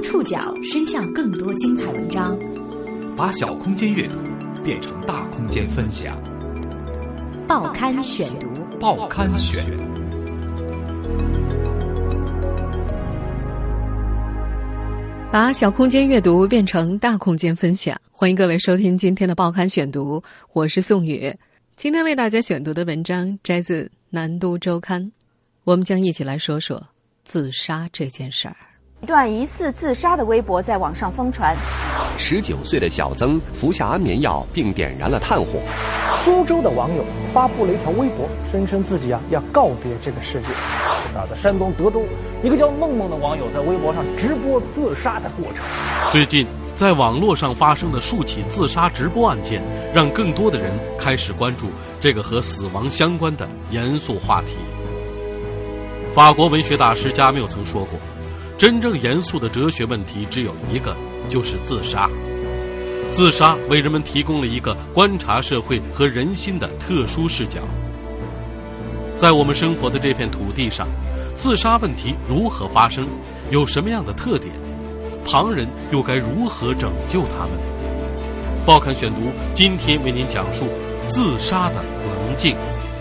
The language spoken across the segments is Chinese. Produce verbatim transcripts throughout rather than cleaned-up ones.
触角伸向更多精彩文章， 把小空间阅读变成大空间分享。 报刊选读， 报刊选。 把小空间阅读变成大空间分享，欢迎各位收听今天的报刊选读，我是宋宇。今天为大家选读的文章摘自《南都周刊》，我们将一起来说说自杀这件事儿。 一段疑似自杀的微博在网上疯传。 十九岁的小曾服下安眠药并点燃了炭火。 苏州的网友发布了一条微博，声称自己啊要告别这个世界。 啊，在山东德州，一个叫梦梦的网友在微博上直播自杀的过程。 最近在网络上发生的数起自杀直播案件，让更多的人开始关注这个和死亡相关的严肃话题。法国文学大师加缪曾说过，真正严肃的哲学问题只有一个，就是自杀。自杀为人们提供了一个观察社会和人心的特殊视角。在我们生活的这片土地上，自杀问题如何发生，有什么样的特点，旁人又该如何拯救他们？报刊选读今天为您讲述自杀的棱镜。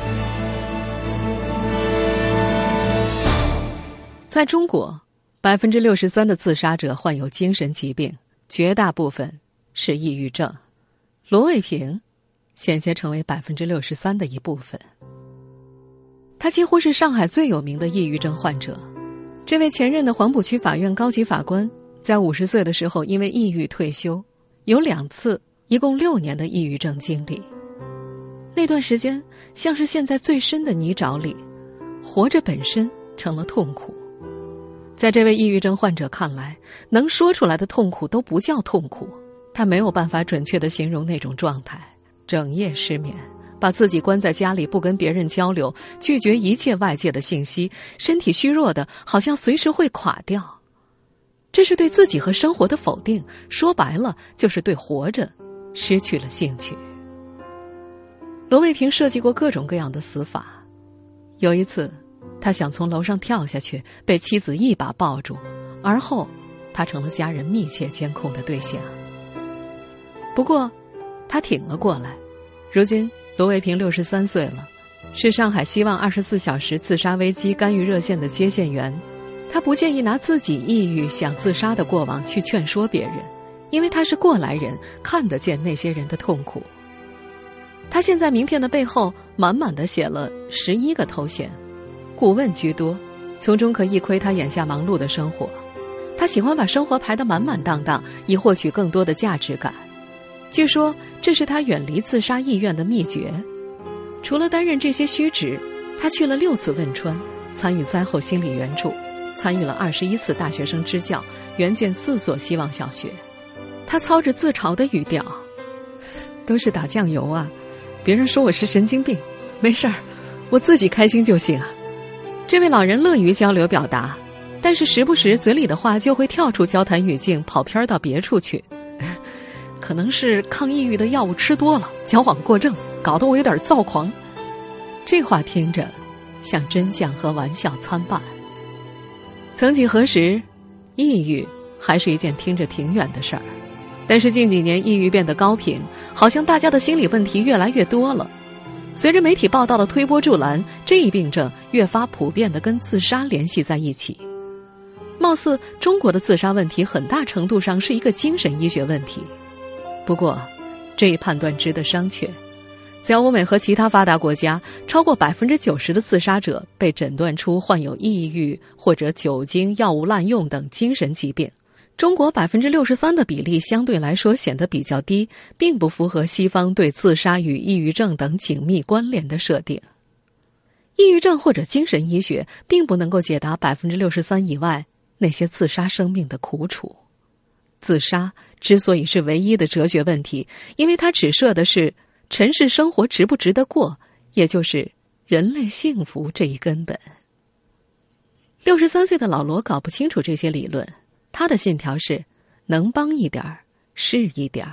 在中国，百分之六十三的自杀者患有精神疾病，绝大部分是抑郁症。罗卫平险些成为百分之六十三的一部分。他几乎是上海最有名的抑郁症患者。这位前任的黄浦区法院高级法官，在五十岁的时候因为抑郁退休，有两次，一共六年的抑郁症经历。那段时间像是陷在最深的泥沼里，活着本身成了痛苦。在这位抑郁症患者看来，能说出来的痛苦都不叫痛苦，他没有办法准确地形容那种状态，整夜失眠，把自己关在家里，不跟别人交流，拒绝一切外界的信息，身体虚弱的好像随时会垮掉。这是对自己和生活的否定，说白了就是对活着失去了兴趣。罗卫平设计过各种各样的死法。有一次他想从楼上跳下去，被妻子一把抱住，而后他成了家人密切监控的对象。不过他挺了过来。如今罗卫平六十三岁了，是上海希望二十四小时自杀危机干预热线的接线员。他不介意拿自己抑郁想自杀的过往去劝说别人，因为他是过来人，看得见那些人的痛苦。他现在名片的背后满满的写了十一个头衔，顾问居多，从中可一窥他眼下忙碌的生活。他喜欢把生活排得满满当当，以获取更多的价值感。据说这是他远离自杀意愿的秘诀。除了担任这些虚职，他去了六次汶川，参与灾后心理援助，参与了二十一次大学生支教，援建四所希望小学。他操着自嘲的语调，都是打酱油啊，别人说我是神经病，没事儿，我自己开心就行啊。这位老人乐于交流表达，但是时不时嘴里的话就会跳出交谈语境，跑偏到别处去。可能是抗抑郁的药物吃多了，矫枉过正，搞得我有点躁狂。这话听着像真相和玩笑参半。曾几何时，抑郁还是一件听着挺远的事儿，但是近几年抑郁变得高频，好像大家的心理问题越来越多了。随着媒体报道的推波助澜，这一病症越发普遍地跟自杀联系在一起。貌似中国的自杀问题很大程度上是一个精神医学问题。不过这一判断值得商榷。在欧美和其他发达国家，超过 百分之九十 的自杀者被诊断出患有抑郁或者酒精、药物滥用等精神疾病。中国 百分之六十三 的比例相对来说显得比较低，并不符合西方对自杀与抑郁症等紧密关联的设定。抑郁症或者精神医学并不能够解答 百分之六十三 以外那些自杀生命的苦楚。自杀之所以是唯一的哲学问题，因为它指涉的是尘世生活值不值得过，也就是人类幸福这一根本。六十三岁的老罗搞不清楚这些理论，他的信条是能帮一点儿是一点儿。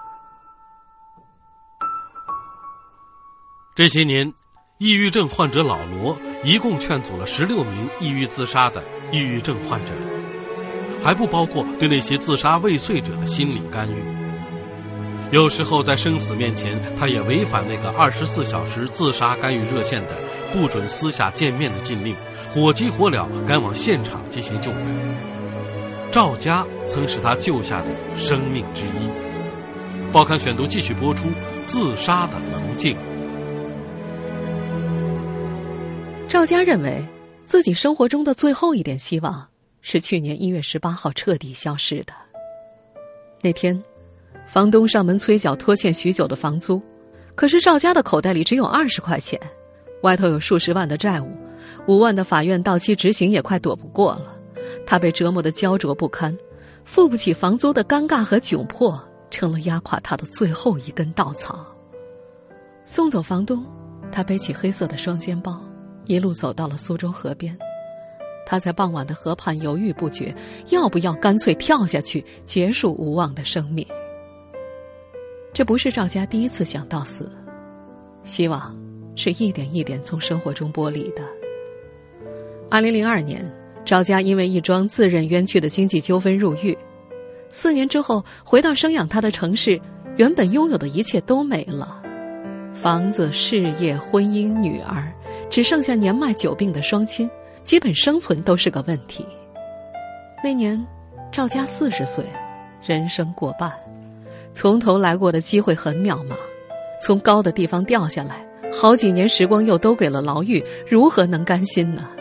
这些年，抑郁症患者老罗一共劝阻了十六名抑郁自杀的抑郁症患者。 还不包括对那些自杀未遂者的心理干预。有时候在生死面前，他也违反那个二十四小时自杀干预热线的不准私下见面的禁令，火急火燎赶往现场进行救援。赵家曾是他救下的生命之一。报刊选读继续播出自杀的棱镜。 赵家认为自己生活中的最后一点希望是去年一月十八号彻底消失的。那天房东上门催缴拖欠许久的房租，可是赵家的口袋里只有二十块钱，外头有数十万的债务，五万的法院到期执行也快躲不过了。他被折磨得焦灼不堪，付不起房租的尴尬和窘迫成了压垮他的最后一根稻草。送走房东，他背起黑色的双肩包，一路走到了苏州河边。他在傍晚的河畔犹豫不决，要不要干脆跳下去结束无望的生命。这不是赵家第一次想到死，希望是一点一点从生活中剥离的。二零零二年，赵家因为一桩自认冤屈的经济纠纷入狱，四年之后回到生养他的城市，原本拥有的一切都没了，房子、事业、婚姻、女儿，只剩下年迈久病的双亲，基本生存都是个问题。那年赵家四十岁，人生过半，从头来过的机会很渺茫，从高的地方掉下来，好几年时光又都给了牢狱，如何能甘心呢？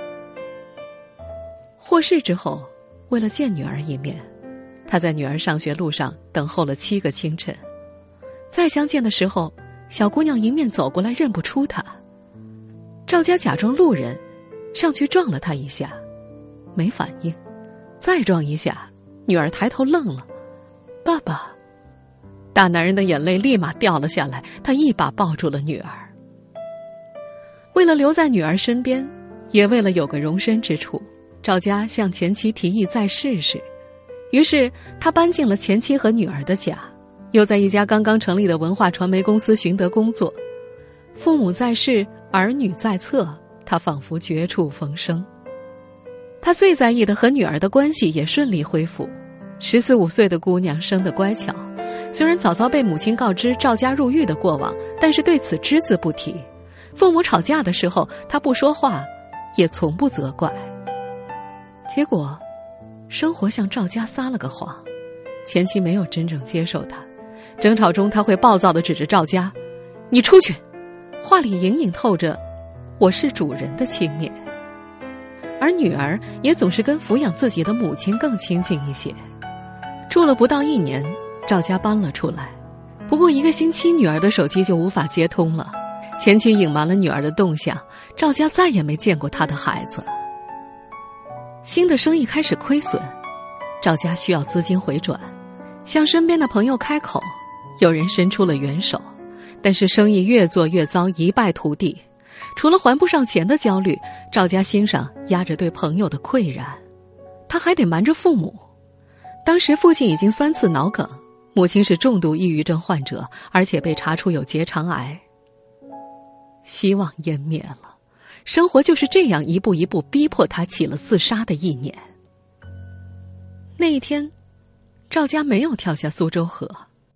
获释之后，为了见女儿一面，他在女儿上学路上等候了七个清晨。再相见的时候，小姑娘迎面走过来，认不出他。赵家假装路人，上去撞了他一下，没反应，再撞一下，女儿抬头愣了，爸爸。大男人的眼泪立马掉了下来，他一把抱住了女儿。为了留在女儿身边，也为了有个容身之处，赵家向前妻提议再试试。于是他搬进了前妻和女儿的家，又在一家刚刚成立的文化传媒公司寻得工作。父母在世，儿女在侧，他仿佛绝处逢生。他最在意的和女儿的关系也顺利恢复。十四五岁的姑娘生得乖巧，虽然早早被母亲告知赵家入狱的过往，但是对此只字不提。父母吵架的时候，他不说话，也从不责怪。结果生活向赵家撒了个谎，前妻没有真正接受他，争吵中他会暴躁地指着赵家，你出去，话里隐隐透着我是主人的轻蔑。而女儿也总是跟抚养自己的母亲更亲近一些。住了不到一年，赵家搬了出来，不过一个星期女儿的手机就无法接通了，前妻隐瞒了女儿的动向，赵家再也没见过他的孩子。新的生意开始亏损，赵家需要资金回转，向身边的朋友开口，有人伸出了援手，但是生意越做越糟，一败涂地。除了还不上钱的焦虑，赵家心上压着对朋友的喟然，他还得瞒着父母。当时父亲已经三次脑梗，母亲是重度抑郁症患者，而且被查出有结肠癌。希望湮灭了，生活就是这样一步一步逼迫他起了自杀的意念。那一天，赵家没有跳下苏州河。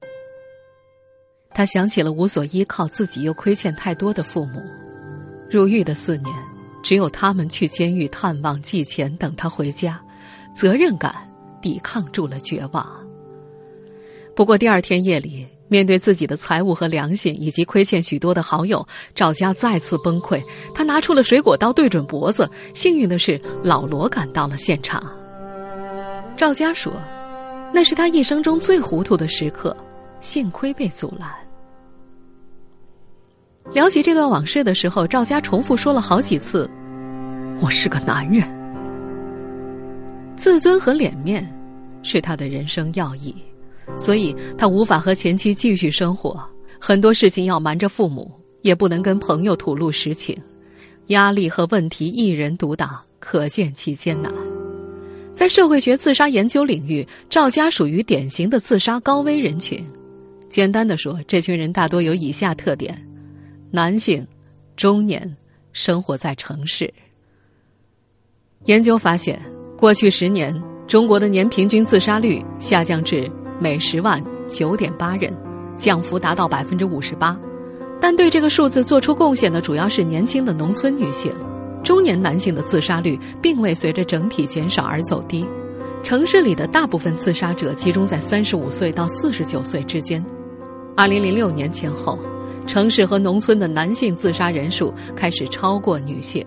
他想起了无所依靠，自己又亏欠太多的父母。入狱的四年，只有他们去监狱探望、寄钱，等他回家，责任感抵抗住了绝望。不过第二天夜里，面对自己的财务和良心，以及亏欠许多的好友，赵家再次崩溃。他拿出了水果刀对准脖子，幸运的是老罗赶到了现场。赵家说，那是他一生中最糊涂的时刻，幸亏被阻拦。聊起这段往事的时候，赵家重复说了好几次，我是个男人。自尊和脸面是他的人生要义，所以他无法和前妻继续生活，很多事情要瞒着父母，也不能跟朋友吐露实情，压力和问题一人独挡，可见其艰难。在社会学自杀研究领域，赵家属于典型的自杀高危人群。简单的说，这群人大多有以下特点：男性，中年，生活在城市。研究发现，过去十年， 中国的年平均自杀率下降至每十万 九点八 人，降幅达到 百分之五十八。 但对这个数字做出贡献的主要是年轻的农村女性，中年男性的自杀率并未随着整体减少而走低。城市里的大部分自杀者集中在三十五岁到四十九岁之间。二零零六年前后，城市和农村的男性自杀人数开始超过女性。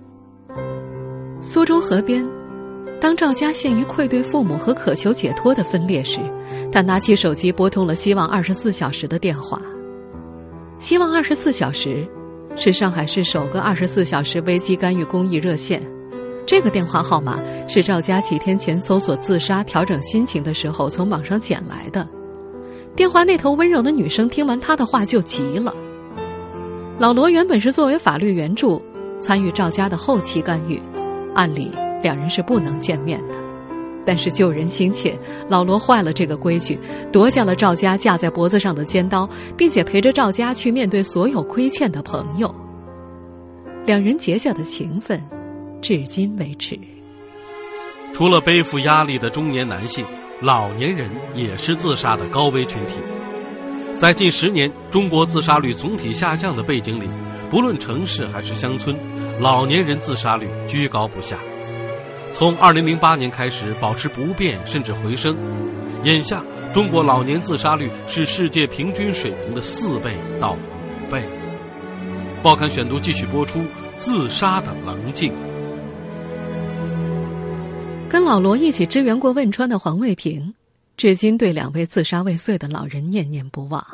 苏州河边，当赵家陷于愧对父母和渴求解脱的分裂时，他拿起手机拨通了希望二十四小时的电话。希望二十四小时是上海市首个二十四小时危机干预公益热线。这个电话号码是赵家几天前搜索自杀调整心情的时候从网上捡来的。电话那头温柔的女生听完他的话就急了。老罗原本是作为法律援助参与赵家的后期干预，按理两人是不能见面的。但是救人心切，老罗坏了这个规矩，夺下了赵家架在脖子上的尖刀，并且陪着赵家去面对所有亏欠的朋友。两人结下的情分至今维持。 除了背负压力的中年男性，老年人也是自杀的高危群体。在近十年中国自杀率总体下降的背景里，不论城市还是乡村，老年人自杀率居高不下。从二零零八年开始保持不变甚至回升，眼下中国老年自杀率是世界平均水平的四倍到五倍。报刊选读继续播出自杀的棱镜。 跟老罗一起支援过汶川的黄卫平，至今对两位自杀未遂的老人念念不忘。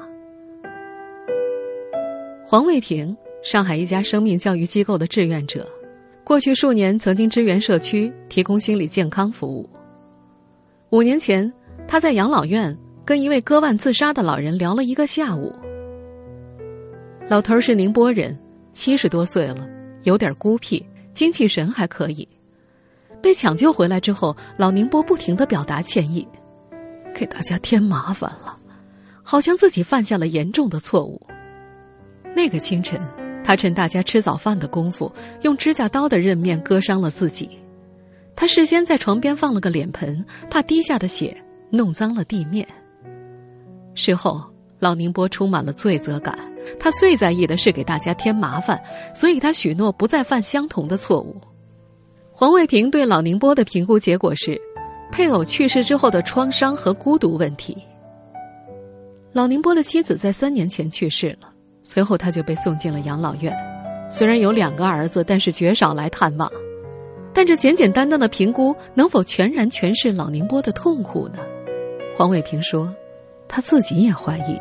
黄卫平，上海一家生命教育机构的志愿者，过去数年曾经支援社区，提供心理健康服务。五年前，他在养老院跟一位割腕自杀的老人聊了一个下午。老头是宁波人，七十多岁了，有点孤僻，精气神还可以。被抢救回来之后，老宁波不停地表达歉意，给大家添麻烦了，好像自己犯下了严重的错误。那个清晨，他趁大家吃早饭的功夫，用指甲刀的刃面割伤了自己。他事先在床边放了个脸盆，怕滴下的血弄脏了地面。事后，老宁波充满了罪责感，他最在意的是给大家添麻烦，所以他许诺不再犯相同的错误。黄卫平对老宁波的评估结果是配偶去世之后的创伤和孤独问题。老宁波的妻子在三年前去世了，随后他就被送进了养老院。虽然有两个儿子，但是绝少来探望。但这简简单单的评估能否全然诠释老宁波的痛苦呢？黄卫平说，他自己也怀疑。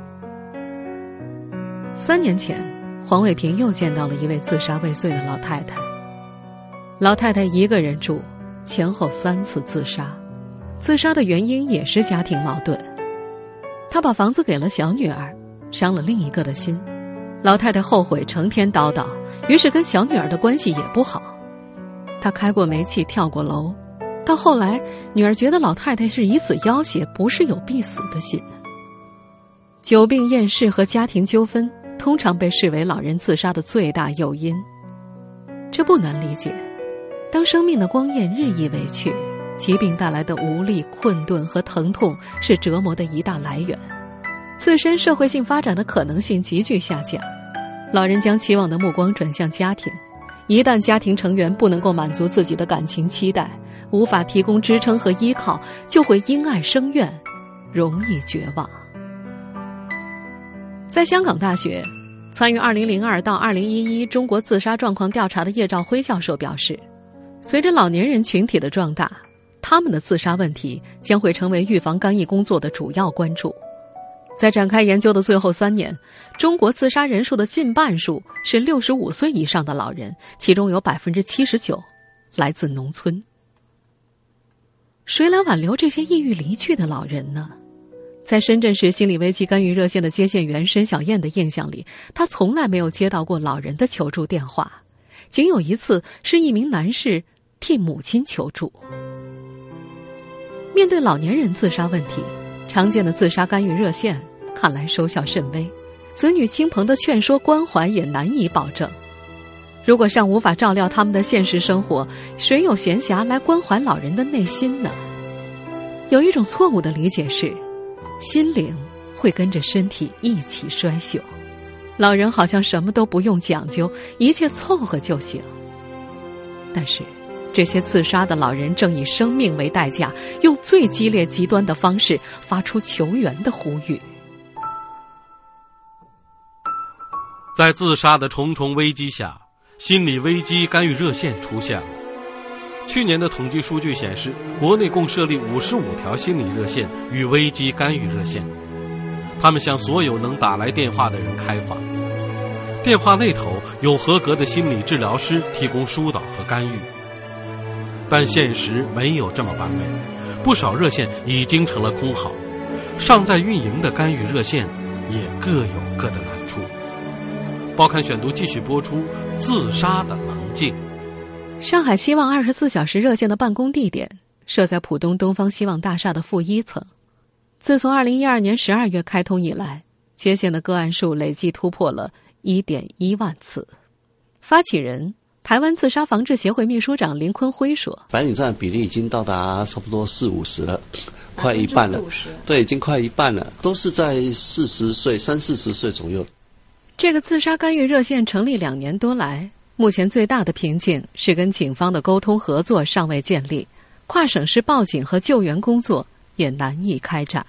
三年前，黄卫平又见到了一位自杀未遂的老太太。老太太一个人住，前后三次自杀，自杀的原因也是家庭矛盾。她把房子给了小女儿，伤了另一个的心。老太太后悔，成天叨叨，于是跟小女儿的关系也不好。她开过煤气，跳过楼，到后来女儿觉得老太太是以此要挟，不是有必死的心。久病厌世和家庭纠纷通常被视为老人自杀的最大诱因，这不难理解。当生命的光焰日益委屈，疾病带来的无力、困顿和疼痛是折磨的一大来源，自身社会性发展的可能性急剧下降。老人将期望的目光转向家庭，一旦家庭成员不能够满足自己的感情期待，无法提供支撑和依靠，就会因爱生怨，容易绝望。在香港大学参与二零零二到二零一一中国自杀状况调查的叶兆辉教授表示，随着老年人群体的壮大，他们的自杀问题将会成为预防干预工作的主要关注。在展开研究的最后三年，中国自杀人数的近半数是六十五岁以上的老人，其中有 百分之七十九 来自农村。谁来挽留这些抑郁离去的老人呢？在深圳市心理危机干预热线的接线员申小燕的印象里，她从来没有接到过老人的求助电话，仅有一次是一名男士替母亲求助。面对老年人自杀问题，常见的自杀干预热线看来收效甚微，子女亲朋的劝说关怀也难以保证。 如果尚无法照料他们的现实生活，谁有闲暇来关怀老人的内心呢？有一种错误的理解是，心灵会跟着身体一起衰朽，老人好像什么都不用讲究，一切凑合就行。但是这些自杀的老人正以生命为代价，用最激烈极端的方式发出求援的呼吁。 在自杀的重重危机下，心理危机干预热线出现了。去年的统计数据显示，国内共设立五十五条心理热线与危机干预热线，他们向所有能打来电话的人开放。电话那头有合格的心理治疗师提供疏导和干预，但现实没有这么完美，不少热线已经成了空号，尚在运营的干预热线也各有各的难处。报刊选读继续播出自杀的棱镜。 上海希望二十四小时热线的办公地点设在浦东东方希望大厦的负一层。自从二零一二年十二月开通以来，接线的个案数累计突破了一点一万次。发起人台湾自杀防治协会秘书长林坤辉说， 白领占比例已经到达差不多四五十了，快一半了。对，已经快一半了，都是在四十岁、三四十岁左右。 这个自杀干预热线成立两年多来，目前最大的瓶颈是跟警方的沟通合作尚未建立，跨省市报警和救援工作也难以开展。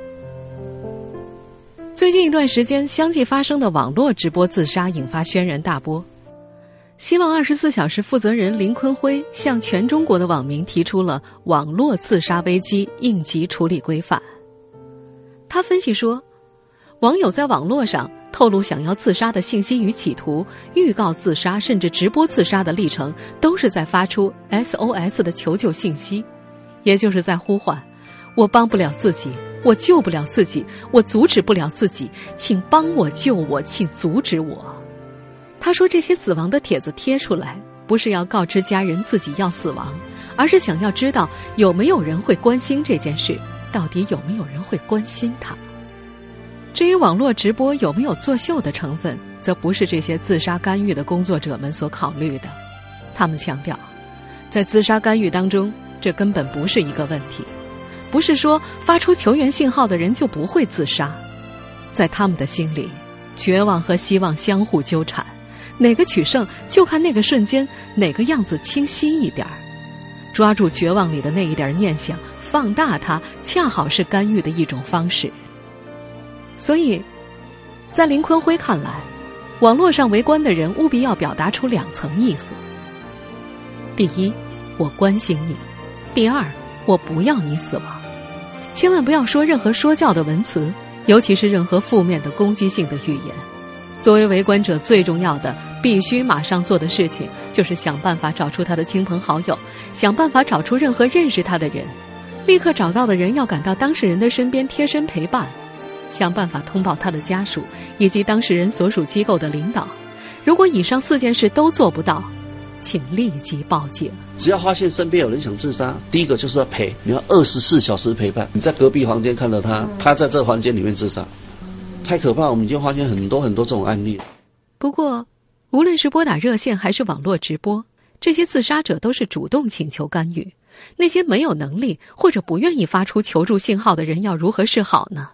最近一段时间，相继发生的网络直播自杀引发轩然大波。希望二十四小时负责人林坤辉向全中国的网民提出了网络自杀危机应急处理规范。他分析说，网友在网络上透露想要自杀的信息与企图，预告自杀甚至直播自杀的历程，都是在发出 S O S 的求救信息，也就是在呼唤我帮不了自己，我救不了自己，我阻止不了自己，请帮我救我，请阻止我。他说，这些死亡的帖子贴出来，不是要告知家人自己要死亡，而是想要知道有没有人会关心这件事，到底有没有人会关心他。至于网络直播有没有作秀的成分，则不是这些自杀干预的工作者们所考虑的。他们强调，在自杀干预当中，这根本不是一个问题，不是说发出求援信号的人就不会自杀。在他们的心里，绝望和希望相互纠缠，哪个取胜就看那个瞬间哪个样子清晰一点儿。抓住绝望里的那一点念想，放大它，恰好是干预的一种方式。所以在林坤辉看来，网络上围观的人务必要表达出两层意思。第一，我关心你；第二，我不要你死亡。千万不要说任何说教的文词，尤其是任何负面的攻击性的语言。作为围观者，最重要的必须马上做的事情，就是想办法找出他的亲朋好友，想办法找出任何认识他的人，立刻找到的人要赶到当事人的身边贴身陪伴，想办法通报他的家属以及当事人所属机构的领导。如果以上四件事都做不到，请立即报警。 只要发现身边有人想自杀，第一个就是要陪，你要二十四小时陪伴。你在隔壁房间看到他，他在这个房间里面自杀，太可怕，我们已经发现很多很多这种案例。 不过，无论是拨打热线还是网络直播，这些自杀者都是主动请求干预。那些没有能力或者不愿意发出求助信号的人要如何是好呢？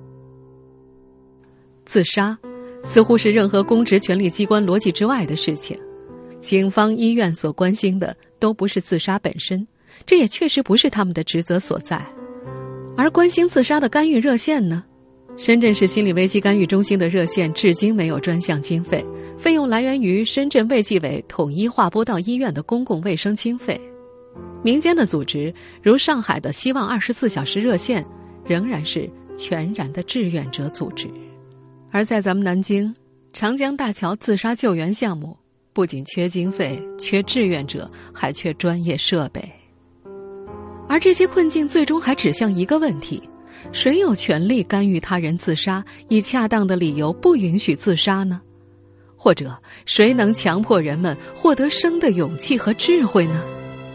自杀似乎是任何公职权力机关逻辑之外的事情。警方、医院所关心的都不是自杀本身，这也确实不是他们的职责所在。而关心自杀的干预热线呢？深圳市心理危机干预中心的热线至今没有专项经费，费用来源于深圳卫计委统一划拨到医院的公共卫生经费。民间的组织如上海的希望二十四小时热线仍然是全然的志愿者组织。而在咱们南京长江大桥自杀救援项目，不仅缺经费、缺志愿者，还缺专业设备。而这些困境最终还指向一个问题：谁有权利干预他人自杀，以恰当的理由不允许自杀呢？或者谁能强迫人们获得生的勇气和智慧呢？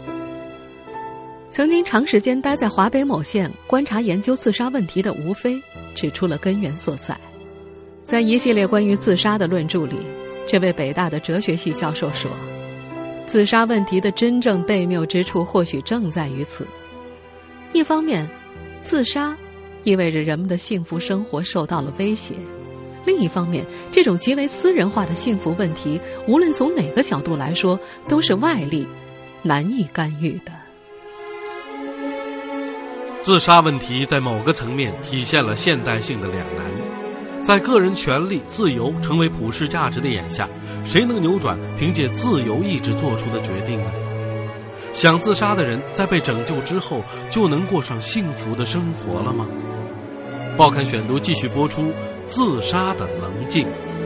曾经长时间待在华北某县观察研究自杀问题的吴飞指出了根源所在。在一系列关于自杀的论著里， 这位北大的哲学系教授说，自杀问题的真正悖谬之处或许正在于此。一方面，自杀意味着人们的幸福生活受到了威胁，另一方面，这种极为私人化的幸福问题，无论从哪个角度来说，都是外力难以干预的。 自杀问题在某个层面体现了现代性的两难。在个人权利、自由成为普世价值的眼下，谁能扭转凭借自由意志做出的决定呢？想自杀的人在被拯救之后，就能过上幸福的生活了吗？报刊选读继续播出自杀的棱镜。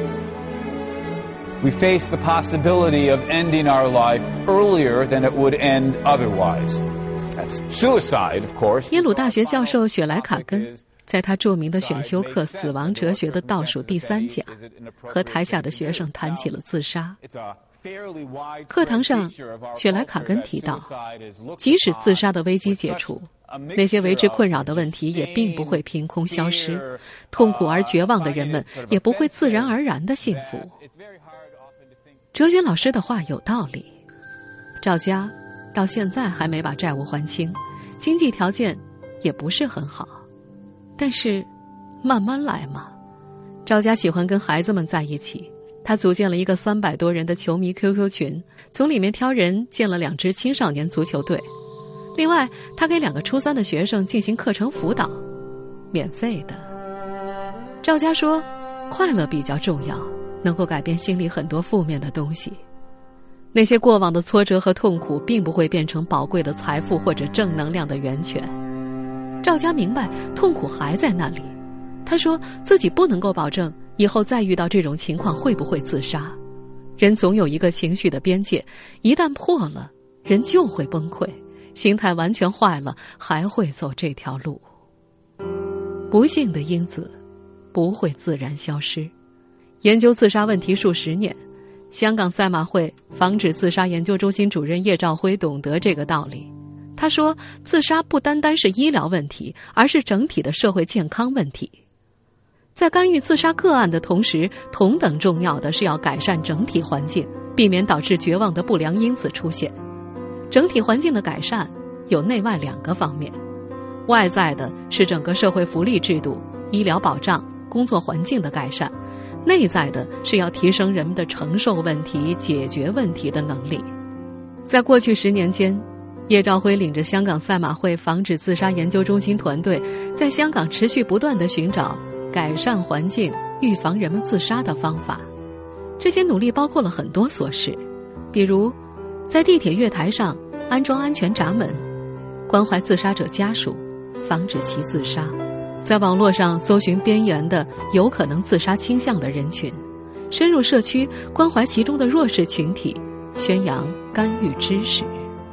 We face the possibility of ending our life earlier than it would end otherwise. That's suicide, of course. 耶鲁大学教授雪莱卡根在他著名的选修课《死亡哲学》的倒数第三讲，和台下的学生谈起了自杀。课堂上，雪莱卡根提到，即使自杀的危机解除，那些为之困扰的问题也并不会凭空消失，痛苦而绝望的人们也不会自然而然的幸福。哲学老师的话有道理，赵家到现在还没把债务还清，经济条件也不是很好，但是慢慢来嘛。赵家喜欢跟孩子们在一起，他组建了一个三百多人的球迷 Q Q 群，从里面挑人建了两支青少年足球队。另外，他给两个初三的学生进行课程辅导，免费的。赵家说，快乐比较重要，能够改变心里很多负面的东西。那些过往的挫折和痛苦并不会变成宝贵的财富或者正能量的源泉。赵家明白痛苦还在那里，他说自己不能够保证以后再遇到这种情况会不会自杀。人总有一个情绪的边界，一旦破了，人就会崩溃，心态完全坏了，还会走这条路。不幸的因子不会自然消失。研究自杀问题数十年，香港赛马会防止自杀研究中心主任叶兆辉懂得这个道理。他说，自杀不单单是医疗问题，而是整体的社会健康问题。在干预自杀个案的同时，同等重要的是要改善整体环境，避免导致绝望的不良因子出现。整体环境的改善有内外两个方面，外在的是整个社会福利制度、医疗保障、工作环境的改善，内在的是要提升人们的承受问题、解决问题的能力。在过去十年间，叶兆辉领着香港赛马会防止自杀研究中心团队，在香港持续不断地寻找改善环境、预防人们自杀的方法。这些努力包括了很多琐事，比如在地铁月台上安装安全闸门，关怀自杀者家属，防止其自杀，在网络上搜寻边缘的有可能自杀倾向的人群，深入社区关怀其中的弱势群体，宣扬干预知识。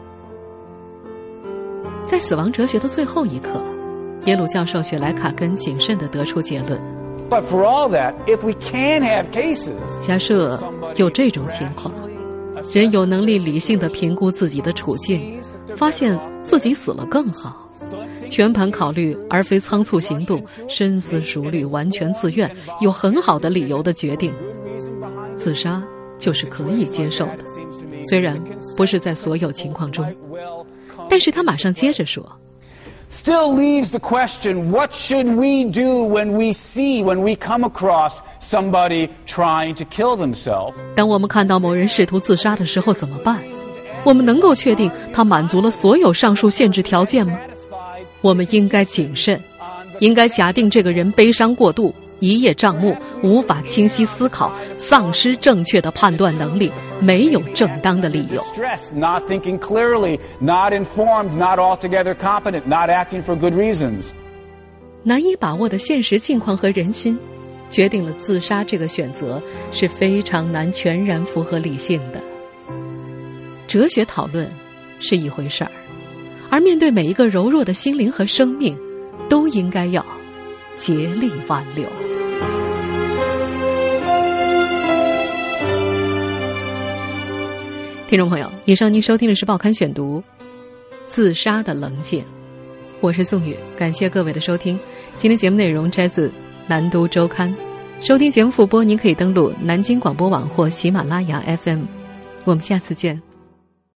在死亡哲学的最后一课，耶鲁教授雪莱卡根谨慎地得出结论。 But for all that, if we can have cases, 假设有这种情况，人有能力理性地评估自己的处境，发现自己死了更好，全盘考虑而非仓促行动，深思熟虑，完全自愿，有很好的理由的决定，自杀就是可以接受的，虽然不是在所有情况中。但是他马上接着说， Still leaves the question, what should we do when we see, when we come across somebody trying to kill themselves? 当我们看到某人试图自杀的时候怎么办？我们能够确定他满足了所有上述限制条件吗？我们应该谨慎，应该假定这个人悲伤过度，一叶障目，无法清晰思考，丧失正确的判断能力，没有正当的理由。 Not thinking clearly, not informed, not altogether competent, not acting for good reasons. 难以把握的现实境况和人心，决定了自杀这个选择是非常难全然符合理性的。哲学讨论是一回事儿，而面对每一个柔弱的心灵和生命，都应该要竭力挽留。听众朋友，以上您收听的是报刊选读自杀的棱镜，我是宋宇，感谢各位的收听。今天节目内容摘自南都周刊。 收听节目复播，您可以登录南京广播网或喜马拉雅 F M。我们下次见。